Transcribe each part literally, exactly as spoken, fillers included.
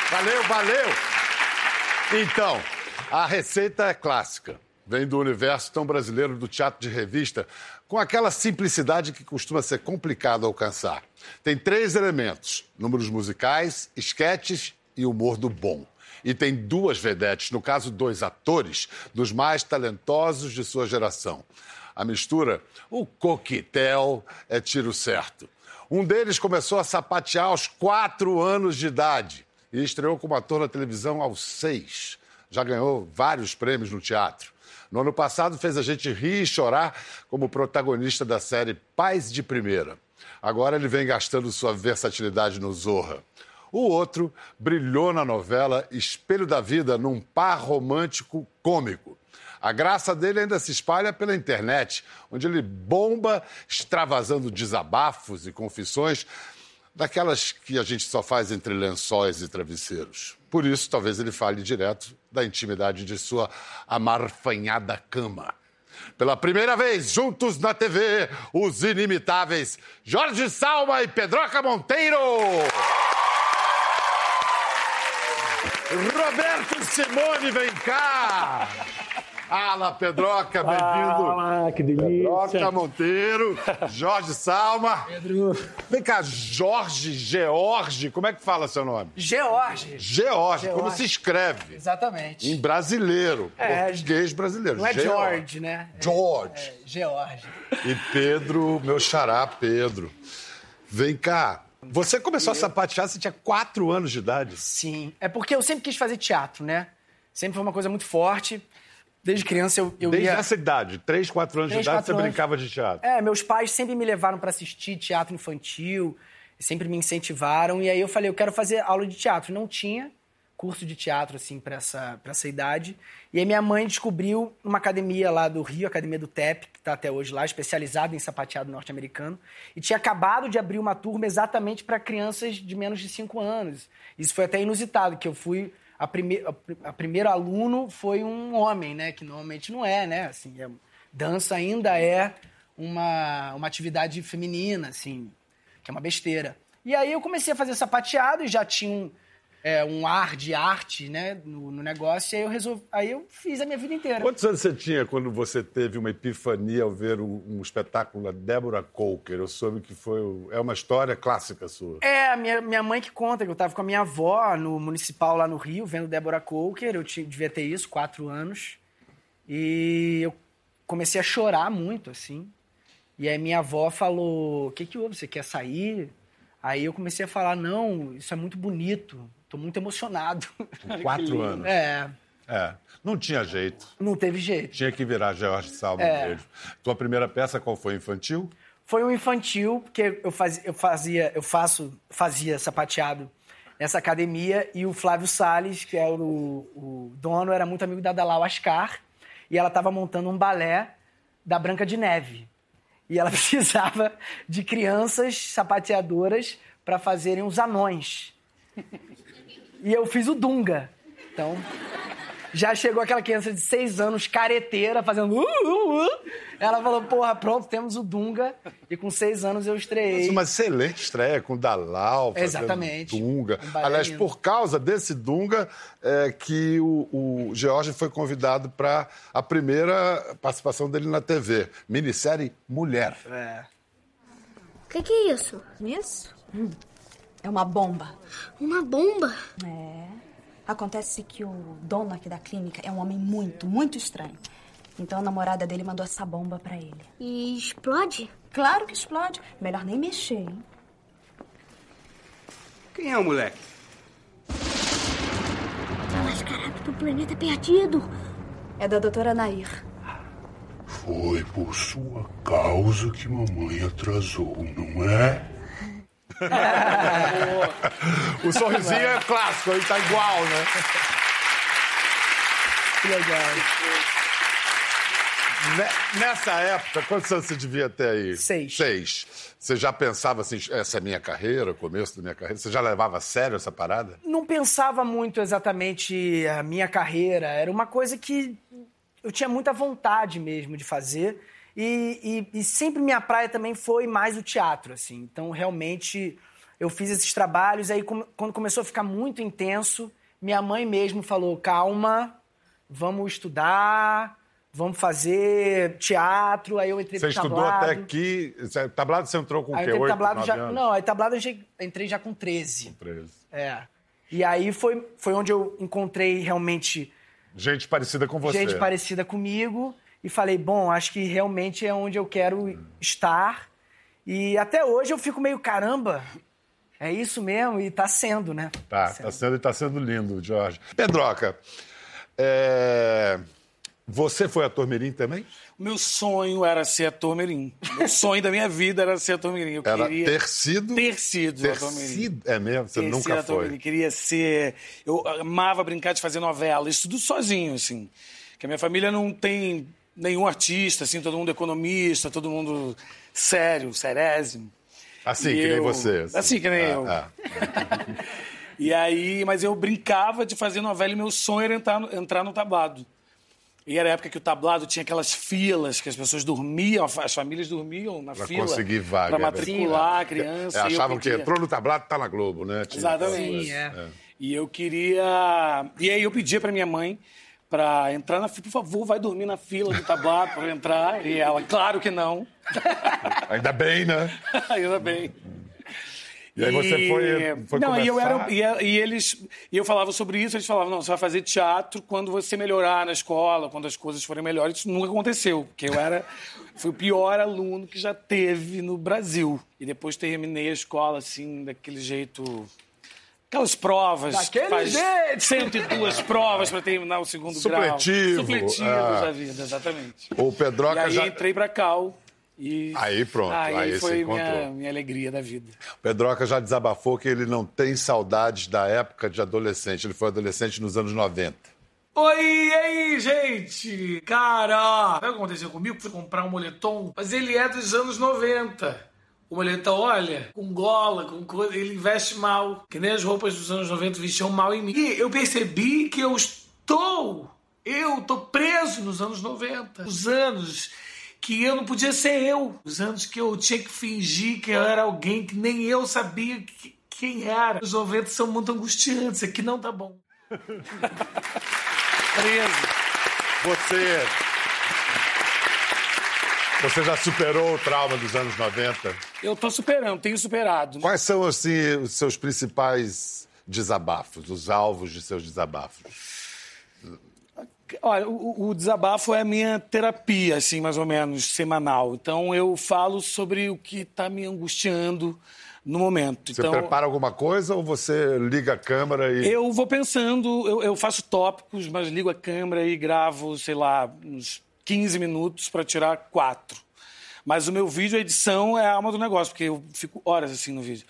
Valeu, valeu! Então, a receita é clássica. Vem do universo tão brasileiro do teatro de revista, com aquela simplicidade que costuma ser complicado alcançar. Tem três elementos: números musicais, esquetes e humor do bom. E tem duas vedetes, no caso, dois atores, dos mais talentosos de sua geração. A mistura, o coquetel, é tiro certo. Um deles começou a sapatear aos quatro anos de idade e estreou como ator na televisão aos seis. Já ganhou vários prêmios no teatro. No ano passado, fez a gente rir e chorar como protagonista da série Pais de Primeira. Agora ele vem gastando sua versatilidade no Zorra. O outro brilhou na novela Espelho da Vida, num par romântico cômico. A graça dele ainda se espalha pela internet, onde ele bomba extravasando desabafos e confissões daquelas que a gente só faz entre lençóis e travesseiros. Por isso, talvez ele fale direto da intimidade de sua amarfanhada cama. Pela primeira vez, juntos na T V, os inimitáveis Jorge Salma e Pedroca Monteiro! Roberto Simone, vem cá! Ala, Pedroca, bem-vindo. Olá, que delícia. Pedroca Monteiro, Jorge Salma. Pedro. Vem cá, Jorge, George, como é que fala seu nome? George. George, como se escreve? Exatamente. Em brasileiro, É, português brasileiro. Não é George, George, né? George. É, é George. E Pedro, meu xará, Pedro. Vem cá, você começou a sapatear, você tinha quatro anos de idade? Sim. É porque eu sempre quis fazer teatro, né? Sempre foi uma coisa muito forte. Desde criança eu, eu Desde ia... essa idade, três, quatro anos Três, de idade, você quatro anos. brincava de teatro? É, meus pais sempre me levaram pra assistir teatro infantil, sempre me incentivaram. E aí eu falei, eu quero fazer aula de teatro. Não tinha curso de teatro, assim, pra essa, pra essa idade. E aí minha mãe descobriu uma academia lá do Rio, a Academia do T E P, que tá até hoje lá, especializada em sapateado norte-americano. E tinha acabado de abrir uma turma exatamente para crianças de menos de cinco anos. Isso foi até inusitado, que eu fui... A, prime... a primeiro aluno foi um homem, né? Que normalmente não é, né? Assim, é... Dança ainda é uma, uma atividade feminina, assim, que é uma besteira. E aí eu comecei a fazer sapateado e já tinha um, é, um ar de arte, né? No, no negócio, e aí eu resolvi... aí eu fiz a minha vida inteira. Quantos anos você tinha quando você teve uma epifania ao ver um, um espetáculo da Deborah Coker? Eu soube que foi... o- É uma história clássica sua. É, a minha, minha mãe que conta que eu tava com a minha avó no Municipal lá no Rio, vendo Deborah Coker. Eu tinha, devia ter isso, quatro anos. E eu comecei a chorar muito, assim. E aí minha avó falou, o que que houve? Você quer sair? Aí eu comecei a falar, não, isso é muito bonito. Tô muito emocionado. Com quatro anos. É, É. Não tinha jeito. não teve jeito. Tinha que virar George Salma É. mesmo. Tua primeira peça qual foi? Infantil? Foi um infantil, porque eu fazia, eu fazia, eu faço, fazia sapateado nessa academia, e o Flávio Salles, que é o, o dono, era muito amigo da Dalau Ascar, e ela estava montando um balé da Branca de Neve. E ela precisava de crianças sapateadoras para fazerem os anões. E eu fiz o Dunga. Então, já chegou aquela criança de seis anos, careteira, fazendo... Uh, uh, uh. Ela falou, porra, pronto, temos o Dunga. E com seis anos eu estreiei. Uma excelente estreia com Dalau, fazendo Exatamente. Dunga. Um balé Aliás, lindo. por causa desse Dunga, é que o, o George foi convidado para a primeira participação dele na T V. Minissérie Mulher. É. O que, que é isso? Isso? Hum, É uma bomba. Uma bomba? É. Acontece que o dono aqui da clínica é um homem muito, muito estranho. Então a namorada dele mandou essa bomba pra ele. E explode? Claro que explode. Melhor nem mexer, hein? Quem é o moleque? As caras do planeta perdido. É da doutora Nair. Foi por sua causa que mamãe atrasou, não é? O sorrisinho é clássico, ele tá igual, né? Que legal. Ne- Nessa época, quantos anos você devia ter aí? Seis. Seis. Você já pensava assim, essa é minha carreira, o começo da minha carreira? Você já levava a sério essa parada? Não pensava muito exatamente a minha carreira. Era uma coisa que eu tinha muita vontade mesmo de fazer. E, e, e sempre minha praia também foi mais o teatro, assim. Então, realmente, eu fiz esses trabalhos, aí quando começou a ficar muito intenso, minha mãe mesmo falou, calma, vamos estudar, vamos fazer teatro, aí eu entrei você pro tablado. Você estudou até aqui, tablado você entrou com o quê? oito, tablado já, anos? Não, aí tablado eu entrei já com treze. Com treze. É. E aí foi, foi onde eu encontrei realmente... Gente parecida com você. Gente parecida comigo. E falei, bom, acho que realmente é onde eu quero estar. E até hoje eu fico meio, caramba, é isso mesmo? E tá sendo, né? Tá, tá sendo e tá sendo lindo, Jorge. Pedroca, é... você foi ator mirim também? O meu sonho era ser ator mirim. O sonho da minha vida era ser ator mirim. Eu era queria ter sido? Ter sido ter ator mirim. Sido? É mesmo? Você ter nunca ator foi? Mirim. Queria ser... Eu amava brincar de fazer novela. Isso tudo sozinho, assim. Porque a minha família não tem nenhum artista, assim. Todo mundo economista, todo mundo sério, serésimo. Assim, e que eu... nem você. Assim, assim que nem ah, eu. Ah. E aí... Mas eu brincava de fazer novela e meu sonho era entrar no, entrar no tablado. E era a época que o tablado tinha aquelas filas que as pessoas dormiam, as famílias dormiam na pra fila. Pra conseguir vaga. Pra matricular a criança. É, achavam eu que entrou no tablado, tá na Globo, né? Tinha Exatamente. Sim, é. é. E eu queria... E aí eu pedia pra minha mãe pra entrar na fila. Por favor, vai dormir na fila do tablado pra eu entrar. E ela, claro que não. Ainda bem, né? Ainda bem. E aí você foi, foi não, começar... e eu era e, e eles e eu falava sobre isso, eles falavam, não, você vai fazer teatro quando você melhorar na escola, quando as coisas forem melhores. Isso nunca aconteceu, porque eu era fui o pior aluno que já teve no Brasil. E depois terminei a escola assim, daquele jeito, aquelas provas, daquele faz jeito, cento e duas provas para terminar o segundo Supletivo, grau. Supletivo ah. da vida, exatamente. O Pedroca e aí já entrei para Cal. E aí pronto, aí, aí foi se encontrou. minha, minha alegria da vida. O Pedroca já desabafou que ele não tem saudades da época de adolescente. Ele foi adolescente nos anos noventa. Oi, e aí, gente? Cara, sabe o que aconteceu comigo? Fui comprar um moletom, mas ele é dos anos noventa. O moletom, olha, com gola, com coisa, ele veste mal. Que nem as roupas dos anos noventa vestiam mal em mim. E eu percebi que eu estou, eu tô preso nos anos noventa. Os anos... que eu não podia ser eu. Os anos que eu tinha que fingir que eu era alguém que nem eu sabia que, quem era. Os noventa são muito angustiantes. Aqui não tá bom. Preso. Você... Você já superou o trauma dos anos noventa? Eu tô superando, tenho superado. Quais são, assim, os seus principais desabafos, os alvos de seus desabafos? Olha, o, o desabafo é a minha terapia, assim, mais ou menos, semanal. Então, eu falo sobre o que está me angustiando no momento. Você então, prepara alguma coisa ou você liga a câmera e... Eu vou pensando, eu, eu faço tópicos, mas ligo a câmera e gravo, sei lá, uns quinze minutos para tirar quatro. Mas o meu vídeo, a edição, é a alma do negócio, porque eu fico horas assim no vídeo.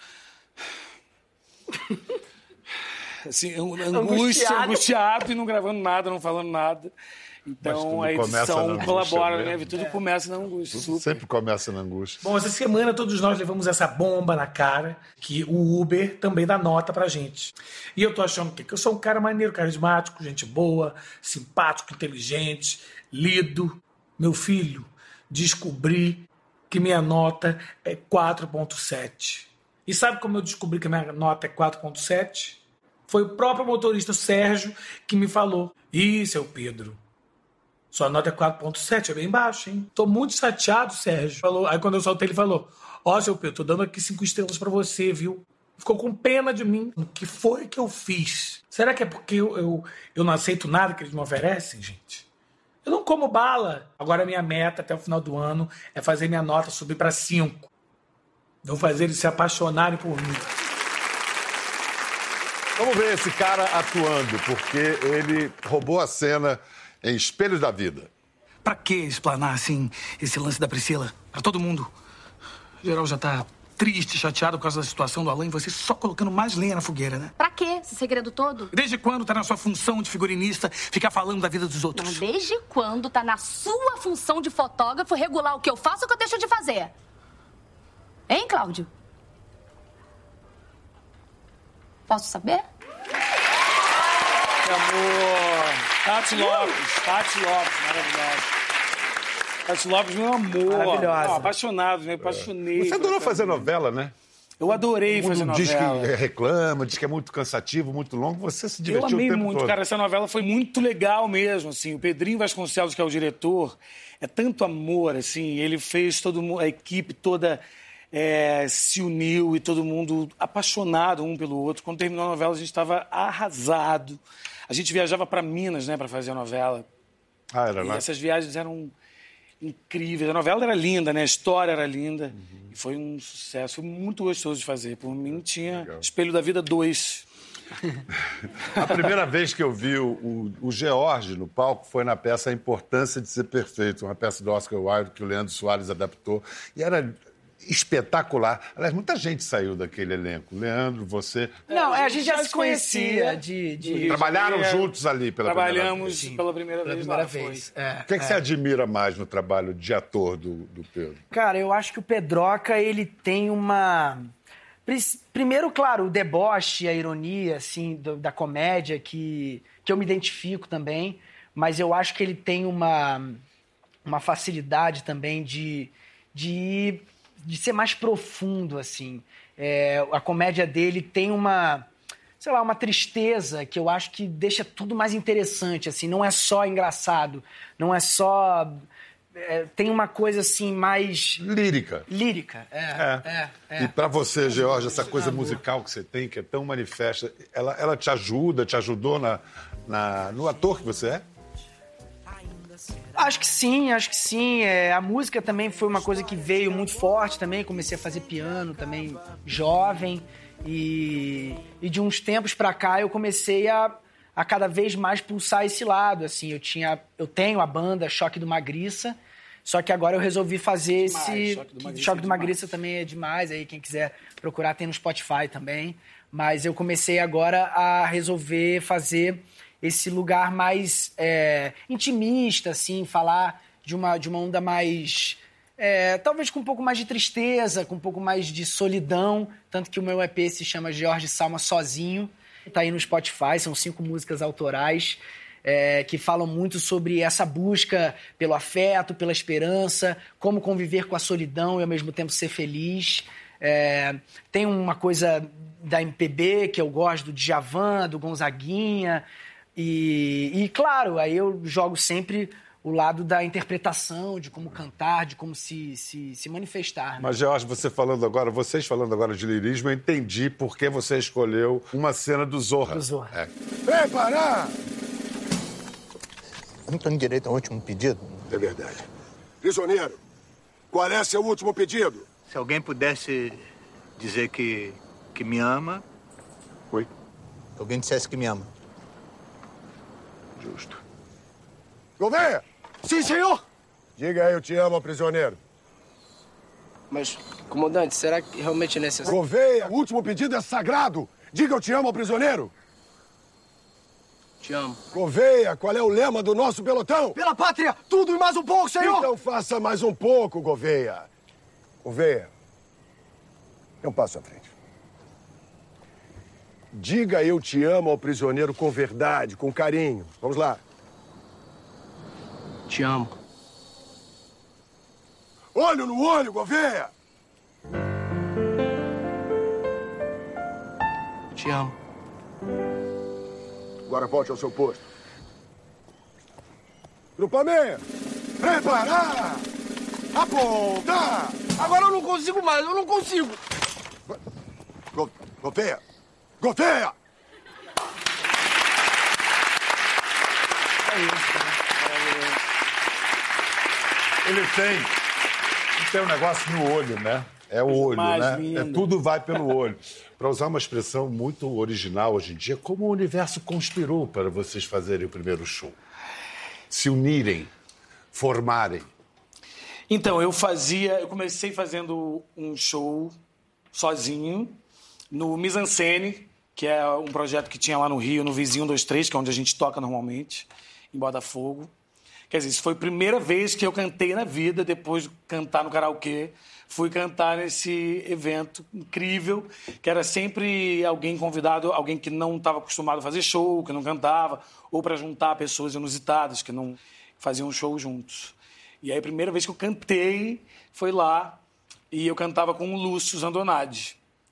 Assim, angústia, angustiado. angustiado e não gravando nada, não falando nada. Então a edição colabora, né? Tudo é. começa na angústia. Tudo sempre começa na angústia. Bom, essa semana todos nós levamos essa bomba na cara que o Uber também dá nota pra gente. E eu tô achando que eu sou um cara maneiro, carismático, gente boa, simpático, inteligente, lido. Meu filho, descobri que minha nota é quatro ponto sete. E sabe como eu descobri que minha nota é quatro ponto sete? Foi o próprio motorista Sérgio que me falou. Ih, seu Pedro, sua nota é quatro ponto sete, é bem baixo, hein? Tô muito chateado, Sérgio. Falou. Aí quando eu soltei, ele falou, ó, oh, seu Pedro, tô dando aqui cinco estrelas pra você, viu? Ficou com pena de mim. O que foi que eu fiz? Será que é porque eu, eu, eu não aceito nada que eles me oferecem, gente? Eu não como bala. Agora a minha meta até o final do ano é fazer minha nota subir pra cinco. Vou fazer eles se apaixonarem por mim. Vamos ver esse cara atuando, porque ele roubou a cena em Espelhos da Vida. Pra que explanar, assim, esse lance da Priscila? Pra todo mundo. O geral já tá triste, chateado por causa da situação do Alan e você só colocando mais lenha na fogueira, né? Pra quê? Esse segredo todo? Desde quando tá na sua função de figurinista ficar falando da vida dos outros? Não, desde quando tá na sua função de fotógrafo regular o que eu faço e o que eu deixo de fazer? Hein, Cláudio? Posso saber? Meu amor. Tati Lopes. Tati Lopes, maravilhosa. Tati Lopes, meu amor. Maravilhosa. Ah, apaixonado, me apaixonei. Você adorou fazer novela, né? Eu adorei Todo fazer mundo diz novela. que reclama, diz que é muito cansativo, muito longo. Você se divertiu Eu amei o tempo muito, todo. cara. Essa novela foi muito legal mesmo, assim. O Pedrinho Vasconcelos, que é o diretor, é tanto amor, assim. Ele fez todo mundo, a equipe toda é, se uniu e todo mundo apaixonado um pelo outro. Quando terminou a novela, a gente estava arrasado. A gente viajava para Minas, né, para fazer a novela. Ah, era E lá? essas viagens eram incríveis. A novela era linda, né? A história era linda. Uhum. E foi um sucesso. Foi muito gostoso de fazer. Por mim, tinha Legal. Espelho da Vida dois. A primeira vez que eu vi o, o, o George no palco foi na peça A Importância de Ser Perfeito, uma peça do Oscar Wilde que o Leandro Soares adaptou. E era espetacular. Aliás, muita gente saiu daquele elenco. Leandro, você... Não, é, a gente já se conhecia de... de... Trabalharam juntos ali pela Trabalhamos primeira vez. pela primeira pela vez primeira lá, vez. foi. É, o que, é que é. você admira mais no trabalho de ator do, do Pedro? Cara, eu acho que o Pedroca, ele tem uma... Primeiro, claro, o deboche, a ironia, assim, do, da comédia, que, que eu me identifico também, mas eu acho que ele tem uma, uma facilidade também de, de, de ser mais profundo, assim. É, a comédia dele tem uma, sei lá, uma tristeza que eu acho que deixa tudo mais interessante, assim. Não é só engraçado, não é só... É, tem uma coisa, assim, mais... Lírica. Lírica, é. É. é, é. E pra você, George, essa coisa musical que você tem, que é tão manifesta, ela, ela te ajuda, te ajudou na, na, no ator que você é? Acho que sim, acho que sim. É, a música também foi uma coisa que veio muito forte também. Comecei a fazer piano também jovem. E, e de uns tempos pra cá eu comecei a... a cada vez mais pulsar esse lado, assim, eu tinha, eu tenho a banda Choque do Magriça, só que agora eu resolvi fazer demais, esse... Choque do Magriça, Choque é do Magriça também é demais, aí quem quiser procurar tem no Spotify também, mas eu comecei agora a resolver fazer esse lugar mais é, intimista, assim, falar de uma, de uma onda mais... É, talvez com um pouco mais de tristeza, com um pouco mais de solidão, tanto que o meu E P se chama George Salma Sozinho, tá aí no Spotify, são cinco músicas autorais é, que falam muito sobre essa busca pelo afeto, pela esperança, como conviver com a solidão e ao mesmo tempo ser feliz. É, tem uma coisa da M P B que eu gosto, do Djavan, do Gonzaguinha, e, e claro, aí eu jogo sempre o lado da interpretação, de como cantar, de como se, se, se manifestar. Né? Mas, George, você falando agora, vocês falando agora de lirismo, eu entendi por que você escolheu uma cena do Zorra. Do Zorra. É. Preparar! Eu não tenho direito ao último pedido? É verdade. Prisioneiro, qual é seu último pedido? Se alguém pudesse dizer que, que me ama... Oi? Se alguém dissesse que me ama. Justo. Gouveia! Sim, senhor! Diga aí, eu te amo, prisioneiro. Mas, comandante, será que realmente é necessário? Gouveia, o último pedido é sagrado. Diga eu te amo, prisioneiro. Te amo. Gouveia, qual é o lema do nosso pelotão? Pela pátria, tudo e mais um pouco, senhor! Então faça mais um pouco, Gouveia. Gouveia, dê um passo à frente. Diga eu te amo ao prisioneiro com verdade, com carinho. Vamos lá. Te amo. Olho no olho, Gouveia! Te amo. Agora volte ao seu posto. Grupamento! Preparar! Apontar! Agora eu não consigo mais, eu não consigo. Go Gouveia! Gouveia! É isso, cara. Ele tem, tem um negócio no olho, né? É o olho, mais né? linda. É, tudo vai pelo olho. Para usar uma expressão muito original hoje em dia, como o universo conspirou para vocês fazerem o primeiro show? Se unirem, formarem. Então, eu fazia... Eu comecei fazendo um show sozinho no Mise en Scène, que é um projeto que tinha lá no Rio, no Vizinho dois três, que é onde a gente toca normalmente, em Botafogo. Quer dizer, isso foi a primeira vez que eu cantei na vida, depois de cantar no karaokê. Fui cantar nesse evento incrível, que era sempre alguém convidado, alguém que não estava acostumado a fazer show, que não cantava, ou para juntar pessoas inusitadas que não faziam show juntos. E aí a primeira vez que eu cantei foi lá, e eu cantava com o Lúcio Zandonade.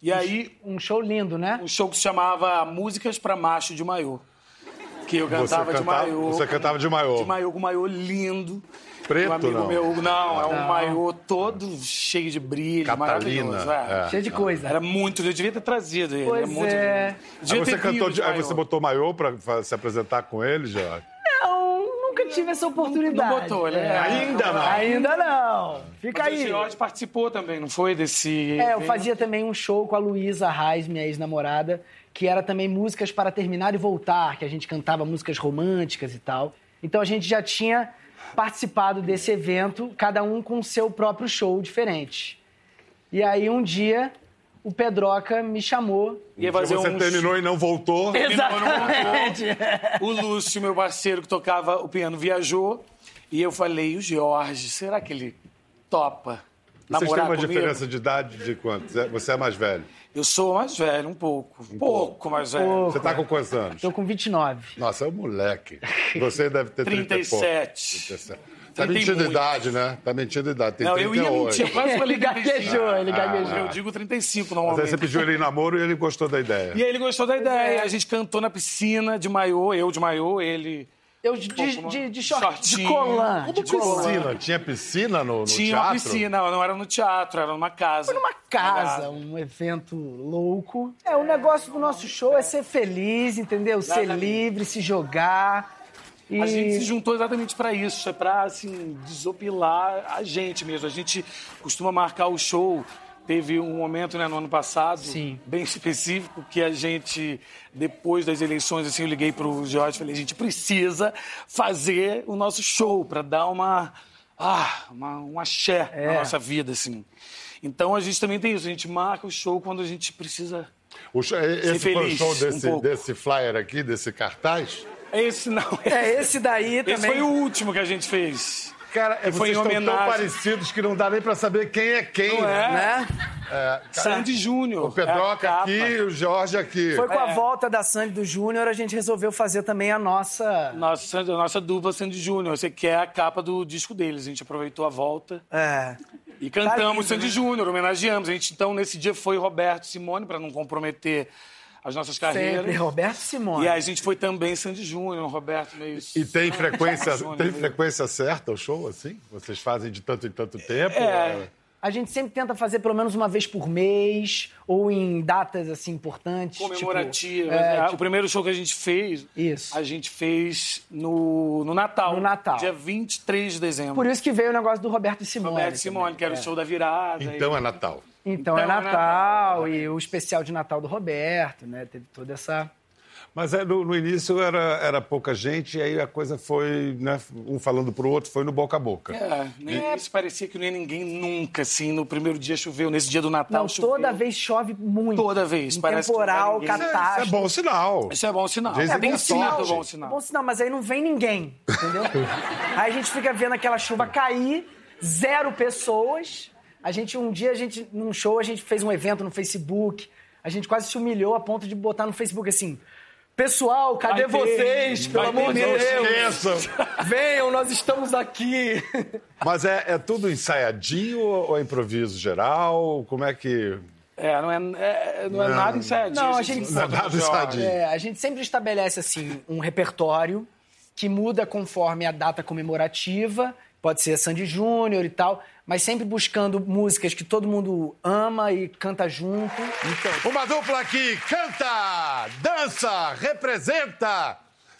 E aí... Um show lindo, né? Um show que se chamava Músicas pra Macho de Maiô. Que eu cantava Você de cantava- maiô. você cantava de maiô. De maiô, com maiô lindo. Preto, um amigo não? Meu, não, é um Não. maiô todo cheio de brilho, Catalina, maravilhoso. É. é. Cheio de coisa. Era muito... Eu devia ter trazido ele. Pois é muito, é. Devia Aí você ter cantou, vindo de, de aí maiô. você botou maiô pra fa- se apresentar com ele, Jorge? Não, nunca tive essa oportunidade. Não botou, né? É. Ainda não. Ainda não. Fica Mas aí. o George participou também, não foi? Desse... É, eu evento? fazia também um show com a Luísa Reis, minha ex-namorada, que era também músicas para terminar e voltar, que a gente cantava músicas românticas e tal. Então a gente já tinha participado desse evento, cada um com o seu próprio show diferente. E aí um dia o Pedroca me chamou. Ia fazer Você um... terminou e não voltou. Exatamente. O Lúcio, meu parceiro que tocava o piano, viajou. E eu falei, o Jorge, será que ele topa Vocês têm namorar uma comigo? diferença de idade de quanto? Você é mais velho. Eu sou mais velho, um pouco. Um pouco mais velho. Pouco. Você tá com quantos anos? Tô com vinte e nove. Nossa, é um moleque. Você deve ter trinta trinta e sete. trinta e sete. Tá trinta e mentindo muito. idade, né? Tá mentindo idade. Tem Não, eu ia trinta e oito. mentir, eu quase falei Ele gaguejou, ele gaguejou. Eu digo trinta e cinco Mas aí normalmente. você pediu ele em namoro e ele gostou da ideia. E aí ele gostou da ideia. A gente cantou na piscina de maiô, eu de maiô, ele... Eu de, de, pouco, de, de, short, de shortinho. colã. De colã. Piscina? Tinha piscina no, no Tinha teatro? uma piscina, não era no teatro, era numa casa. Foi numa casa, um evento louco. É, o negócio do nosso show é ser feliz, entendeu? Ser Exatamente. livre, se jogar. E... A gente se juntou exatamente pra isso, é pra, assim, desopilar a gente mesmo. A gente costuma marcar o show. Teve um momento, né, no ano passado, Sim. bem específico, que a gente, depois das eleições, assim, eu liguei pro Jorge e falei, a gente precisa fazer o nosso show pra dar uma, ah, uma, um axé É. na nossa vida, assim. Então a gente também tem isso, a gente marca o show quando a gente precisa... O show- esse foi o feliz, show um desse, pouco. desse flyer aqui, desse cartaz? Esse não, É, esse daí também. esse foi o último que a gente fez. Cara, E foi vocês em estão tão homenagem. parecidos que não dá nem pra saber quem é quem. Não é? Né? É, cara, Sandy Júnior. o Pedroca é a capa. aqui e o Jorge aqui. Foi com a É. volta da Sandy do Júnior, a gente resolveu fazer também a nossa... Nossa, a nossa dupla Sandy Júnior. Você quer a capa do disco deles. A gente aproveitou a volta É. e cantamos lindo, Sandy né? Júnior, homenageamos. A gente, então, nesse dia foi Roberto e Simone, para não comprometer as nossas carreiras. Sempre, Roberto Simone. E a gente foi também Sandy Júnior, Roberto meio... E tem frequência, Júnior, tem meio- frequência certa o show, assim? Vocês fazem de tanto em tanto tempo? É. A gente sempre tenta fazer pelo menos uma vez por mês, ou em datas, assim, importantes. Comemorativa. Tipo, é, né? tipo, O primeiro show que a gente fez, Isso. a gente fez no, no Natal. No Natal. Dia vinte e três de dezembro. Por isso que veio o negócio do Roberto e Simone. Roberto e Simone, que era o show da virada. Então e... é Natal. Então, Então é é Natal, Natal. e o especial de Natal do Roberto, né? Teve toda essa... Mas é, no, no início era, era pouca gente, e aí a coisa foi, né, um falando pro outro, foi no boca a boca. É, nem isso parecia que não ia ninguém nunca, assim. No primeiro dia choveu, nesse dia do Natal Não, choveu. toda vez chove muito. Toda vez, Um parece que não temporal, vai ninguém. Isso é catástrofe. bom sinal. Isso é bom sinal. Dizem É bem que é sinal, sorte. bom É sinal. bom sinal, mas aí não vem ninguém, entendeu? Aí a gente fica vendo aquela chuva cair, zero pessoas. A gente, um dia, a gente, num show, a gente fez um evento no Facebook. A gente quase se humilhou a ponto de botar no Facebook assim... Pessoal, cadê Vai ter, vocês? Pelo vai amor de ter, não Deus! Esqueçam. Venham, nós estamos aqui! Mas é, é tudo ensaiadinho ou é improviso geral? Como é que... É, não é, é- não é Não. nada ensaiadinho. Não, a gente gente- Não é conta nada pro Jorge. ensaiadinho. É, a gente sempre estabelece assim um repertório que muda conforme a data comemorativa, pode ser Sandy Júnior e tal, mas sempre buscando músicas que todo mundo ama e canta junto. Então, Uma dupla que canta, dança, representa,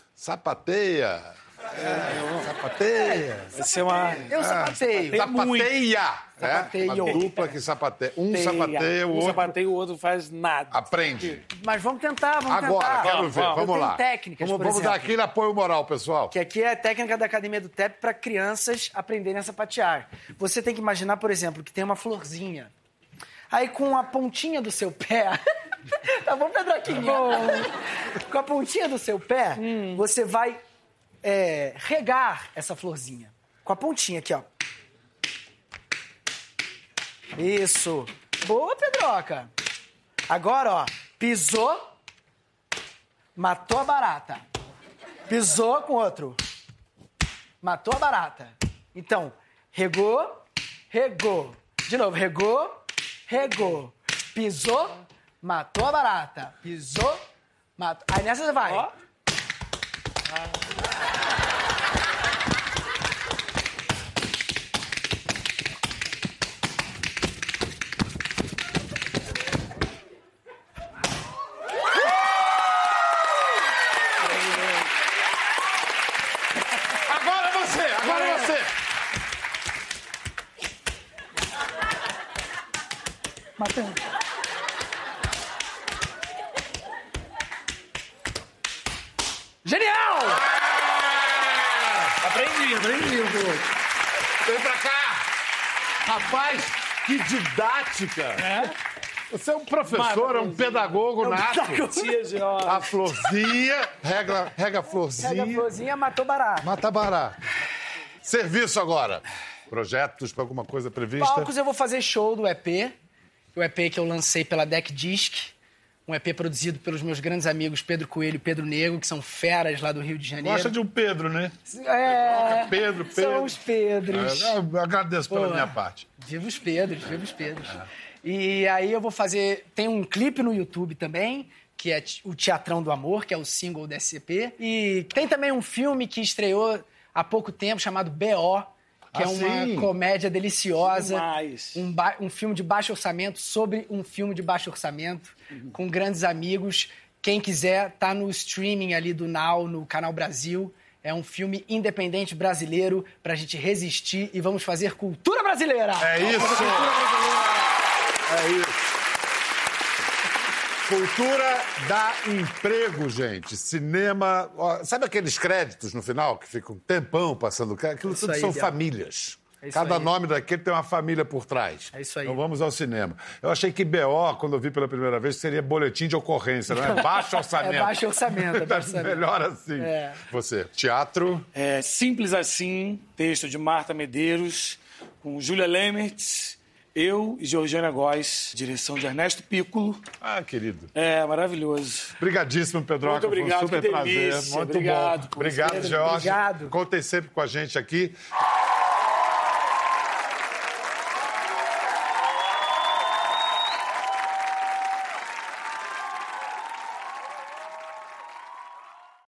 sapateia. É, sapateia. Vai ser uma... eu sapateio. Sapateia. É, Sapateio. uma dupla que sapateia. Um Teia. sapateia, o Um outro sapateia, o outro faz nada. aprende. Mas vamos tentar, vamos Agora, tentar. quero ver, Eu vamos tenho lá. técnicas, Vamos, por vamos dar exemplo. aquele apoio moral, pessoal. Que aqui é a técnica da Academia do T E P para crianças aprenderem a sapatear. Você tem que imaginar, por exemplo, que tem uma florzinha. Aí com a pontinha do seu pé... tá bom, Pedroquinha? Com a pontinha do seu pé, você vai é, regar essa florzinha. Com a pontinha aqui, ó. Isso. Boa, Pedroca. Agora, ó, pisou, matou a barata. Pisou com outro. Matou a barata. Então, regou, regou. De novo, regou, regou. Pisou, matou a barata. Pisou, matou. Aí nessa você vai. Ó. Agora você, agora você. Matando. Genial! Ah! Aprendi, aprendi um pouco. Vem pra cá! Rapaz, que didática! É? Você é um professor, é um pedagogo nato. A florzinha, rega, rega a florzinha. Rega a florzinha, matou barata. Mata barata. Serviço agora. Projetos para alguma coisa prevista? Palcos, eu vou fazer show do E P. O E P que eu lancei pela Deck Disc. Um E P produzido pelos meus grandes amigos Pedro Coelho e Pedro Nego, que são feras lá do Rio de Janeiro. Gosta de um Pedro, né? É. Pedro, Pedro. São os Pedros. É, eu agradeço pela Pô, minha parte. Viva os Pedros, viva os Pedros. É. E aí eu vou fazer... Tem um clipe no YouTube também, que é o Teatrão do Amor, que é o single da S C P. E tem também um filme que estreou há pouco tempo, chamado B O, que ah, é uma sim. comédia deliciosa. Um, ba... um filme de baixo orçamento sobre um filme de baixo orçamento, uhum. com grandes amigos. Quem quiser, tá no streaming ali do Now, no Canal Brasil. É um filme independente brasileiro pra gente resistir e vamos fazer cultura brasileira! É isso! Vamos fazer cultura brasileira! É isso. Cultura dá emprego, gente. Cinema... Ó, sabe aqueles créditos no final que ficam um tempão passando? Aquilo isso tudo aí, são Biel. famílias. É Cada aí. nome daquele tem uma família por trás. É isso aí. Então vamos ao cinema. Eu achei que B O, quando eu vi pela primeira vez, seria boletim de ocorrência, não é? Baixo orçamento. É baixo orçamento. É baixo orçamento. Melhor assim. É. Você, teatro... É Simples Assim, texto de Marta Medeiros, com Júlia Lemertz, eu e Georgiana Góes, direção de Ernesto Piccolo. Ah, querido. É, maravilhoso. Obrigadíssimo, Pedroca. Muito obrigado, Foi um super que prazer. delícia. Muito Obrigado, bom. Obrigado, Pedro. Jorge. Obrigado. Contem sempre com a gente aqui.